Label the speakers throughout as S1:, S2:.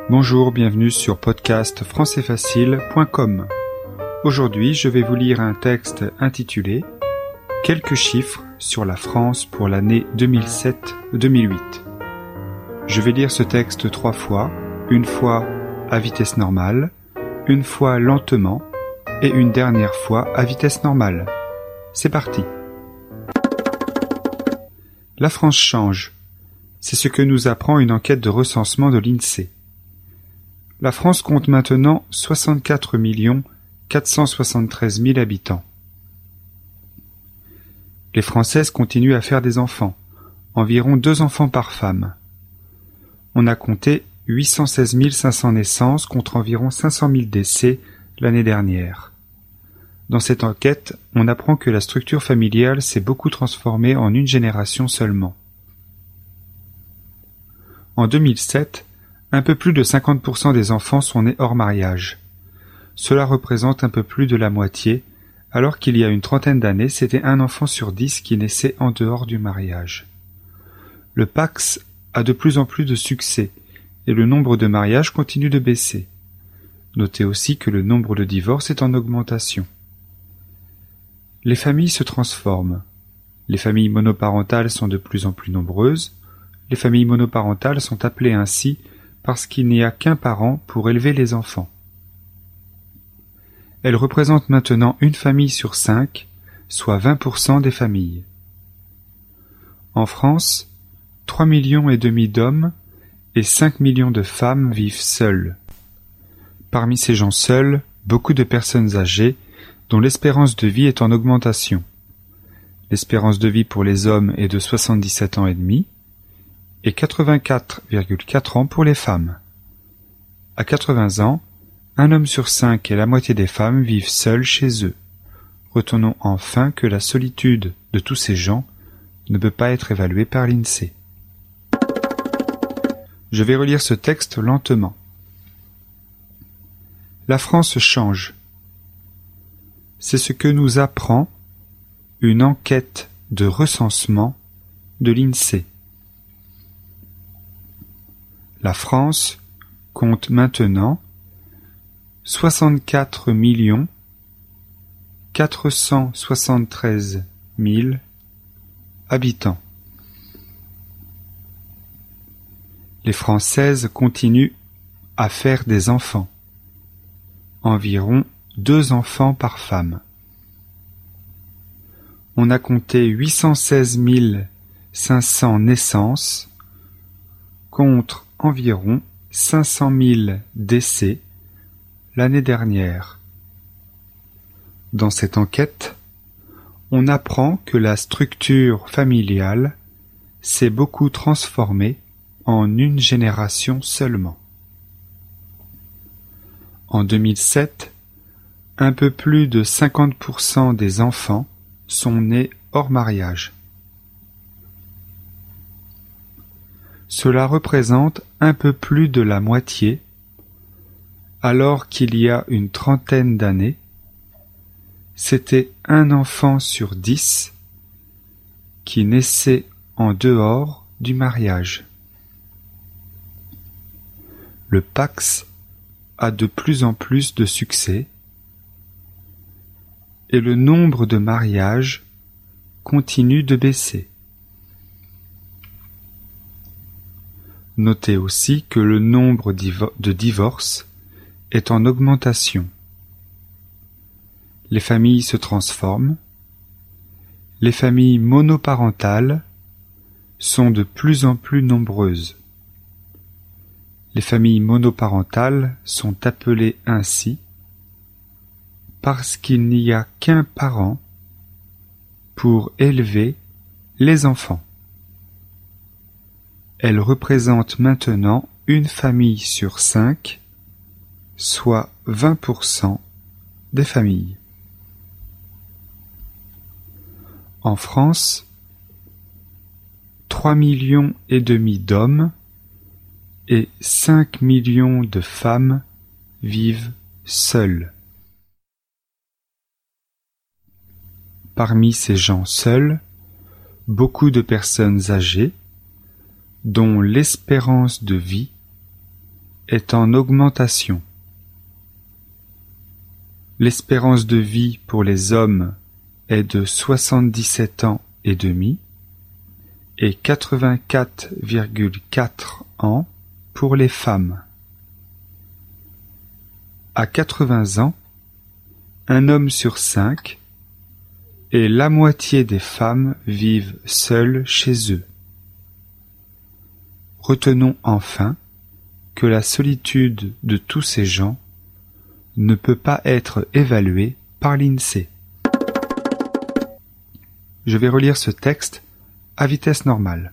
S1: Bonjour, bienvenue sur podcastfrancaisfacile.com. Aujourd'hui, je vais vous lire un texte intitulé « Quelques chiffres sur la France pour l'année 2007-2008 ». Je vais lire ce texte 3 fois, une fois à vitesse normale, une fois lentement et une dernière fois à vitesse normale. C'est parti. La France change. C'est ce que nous apprend une enquête de recensement de l'INSEE. La France compte maintenant 64 473 000 habitants. Les Françaises continuent à faire des enfants, environ 2 enfants par femme. On a compté 816 500 naissances contre environ 500 000 décès l'année dernière. Dans cette enquête, on apprend que la structure familiale s'est beaucoup transformée en une génération seulement. En 2007, un peu plus de 50% des enfants sont nés hors mariage. Cela représente un peu plus de la moitié, alors qu'il y a une trentaine d'années, c'était 1 enfant sur 10 qui naissait en dehors du mariage. Le PACS a de plus en plus de succès, et le nombre de mariages continue de baisser. Notez aussi que le nombre de divorces est en augmentation. Les familles se transforment. Les familles monoparentales sont de plus en plus nombreuses. Les familles monoparentales sont appelées ainsi parce qu'il n'y a qu'un parent pour élever les enfants. Elles représentent maintenant une famille sur 5, soit 20% des familles. En France, 3,5 millions d'hommes et 5 millions de femmes vivent seuls. Parmi ces gens seuls, beaucoup de personnes âgées dont l'espérance de vie est en augmentation. L'espérance de vie pour les hommes est de 77 ans et demi et 84,4 ans pour les femmes. À 80 ans, 1 homme sur 5 et la moitié des femmes vivent seuls chez eux. Retenons enfin que la solitude de tous ces gens ne peut pas être évaluée par l'INSEE. Je vais relire ce texte lentement. La France change. C'est ce que nous apprend une enquête de recensement de l'INSEE. La France compte maintenant 64 473 000 habitants. Les Françaises continuent à faire des enfants, environ 2 enfants par femme. On a compté 816 500 naissances contre environ 500 000 décès l'année dernière. Dans cette enquête, on apprend que la structure familiale s'est beaucoup transformée en une génération seulement. En 2007, un peu plus de 50% des enfants sont nés hors mariage. Cela représente un peu plus de la moitié, alors qu'il y a une trentaine d'années, c'était 1 enfant sur 10 qui naissait en dehors du mariage. Le PACS a de plus en plus de succès et le nombre de mariages continue de baisser. Notez aussi que le nombre de divorces est en augmentation. Les familles se transforment. Les familles monoparentales sont de plus en plus nombreuses. Les familles monoparentales sont appelées ainsi parce qu'il n'y a qu'un parent pour élever les enfants. Elles représentent maintenant une famille sur 5, soit 20% des familles. En France, 3,5 millions d'hommes et 5 millions de femmes vivent seuls. Parmi ces gens seuls, beaucoup de personnes âgées, dont l'espérance de vie est en augmentation. L'espérance de vie pour les hommes est de 77 ans et demi et 84,4 ans pour les femmes. À 80 ans, un homme sur 5 et la moitié des femmes vivent seules chez eux. Retenons enfin que la solitude de tous ces gens ne peut pas être évaluée par l'INSEE. Je vais relire ce texte à vitesse normale.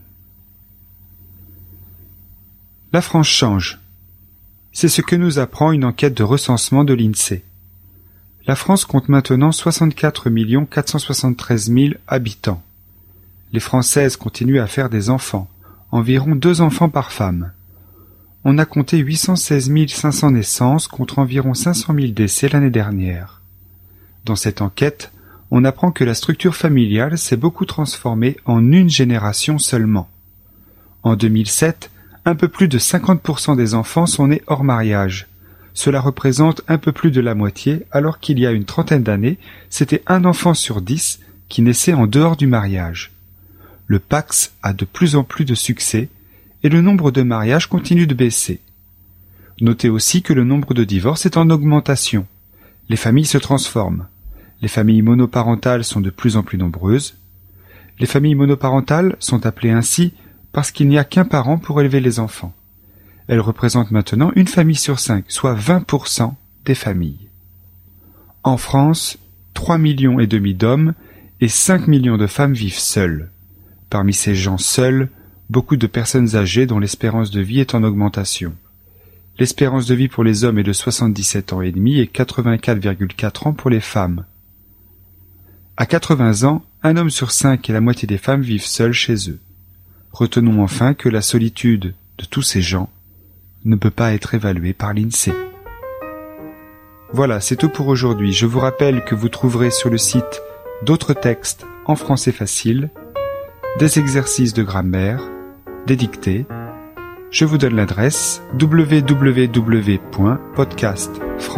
S1: La France change. C'est ce que nous apprend une enquête de recensement de l'INSEE. La France compte maintenant 64 473 000 habitants. Les Françaises continuent à faire des enfants, environ 2 enfants par femme. On a compté 816 500 naissances contre environ 500 000 décès l'année dernière. Dans cette enquête, on apprend que la structure familiale s'est beaucoup transformée en une génération seulement. En 2007, un peu plus de 50% des enfants sont nés hors mariage. Cela représente un peu plus de la moitié, alors qu'il y a une trentaine d'années, c'était 1 enfant sur 10 qui naissait en dehors du mariage. Le PACS a de plus en plus de succès et le nombre de mariages continue de baisser. Notez aussi que le nombre de divorces est en augmentation. Les familles se transforment. Les familles monoparentales sont de plus en plus nombreuses. Les familles monoparentales sont appelées ainsi parce qu'il n'y a qu'un parent pour élever les enfants. Elles représentent maintenant une famille sur 5, soit 20% des familles. En France, 3,5 millions d'hommes et 5 millions de femmes vivent seules. Parmi ces gens seuls, beaucoup de personnes âgées dont l'espérance de vie est en augmentation. L'espérance de vie pour les hommes est de 77 ans et demi et 84,4 ans pour les femmes. À 80 ans, un homme sur 5 et la moitié des femmes vivent seuls chez eux. Retenons enfin que la solitude de tous ces gens ne peut pas être évaluée par l'INSEE. Voilà, c'est tout pour aujourd'hui. Je vous rappelle que vous trouverez sur le site d'autres textes en français facile, des exercices de grammaire, des dictées. Je vous donne l'adresse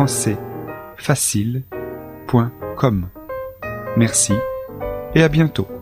S1: www.podcastfrançaisfacile.com. Merci et à bientôt.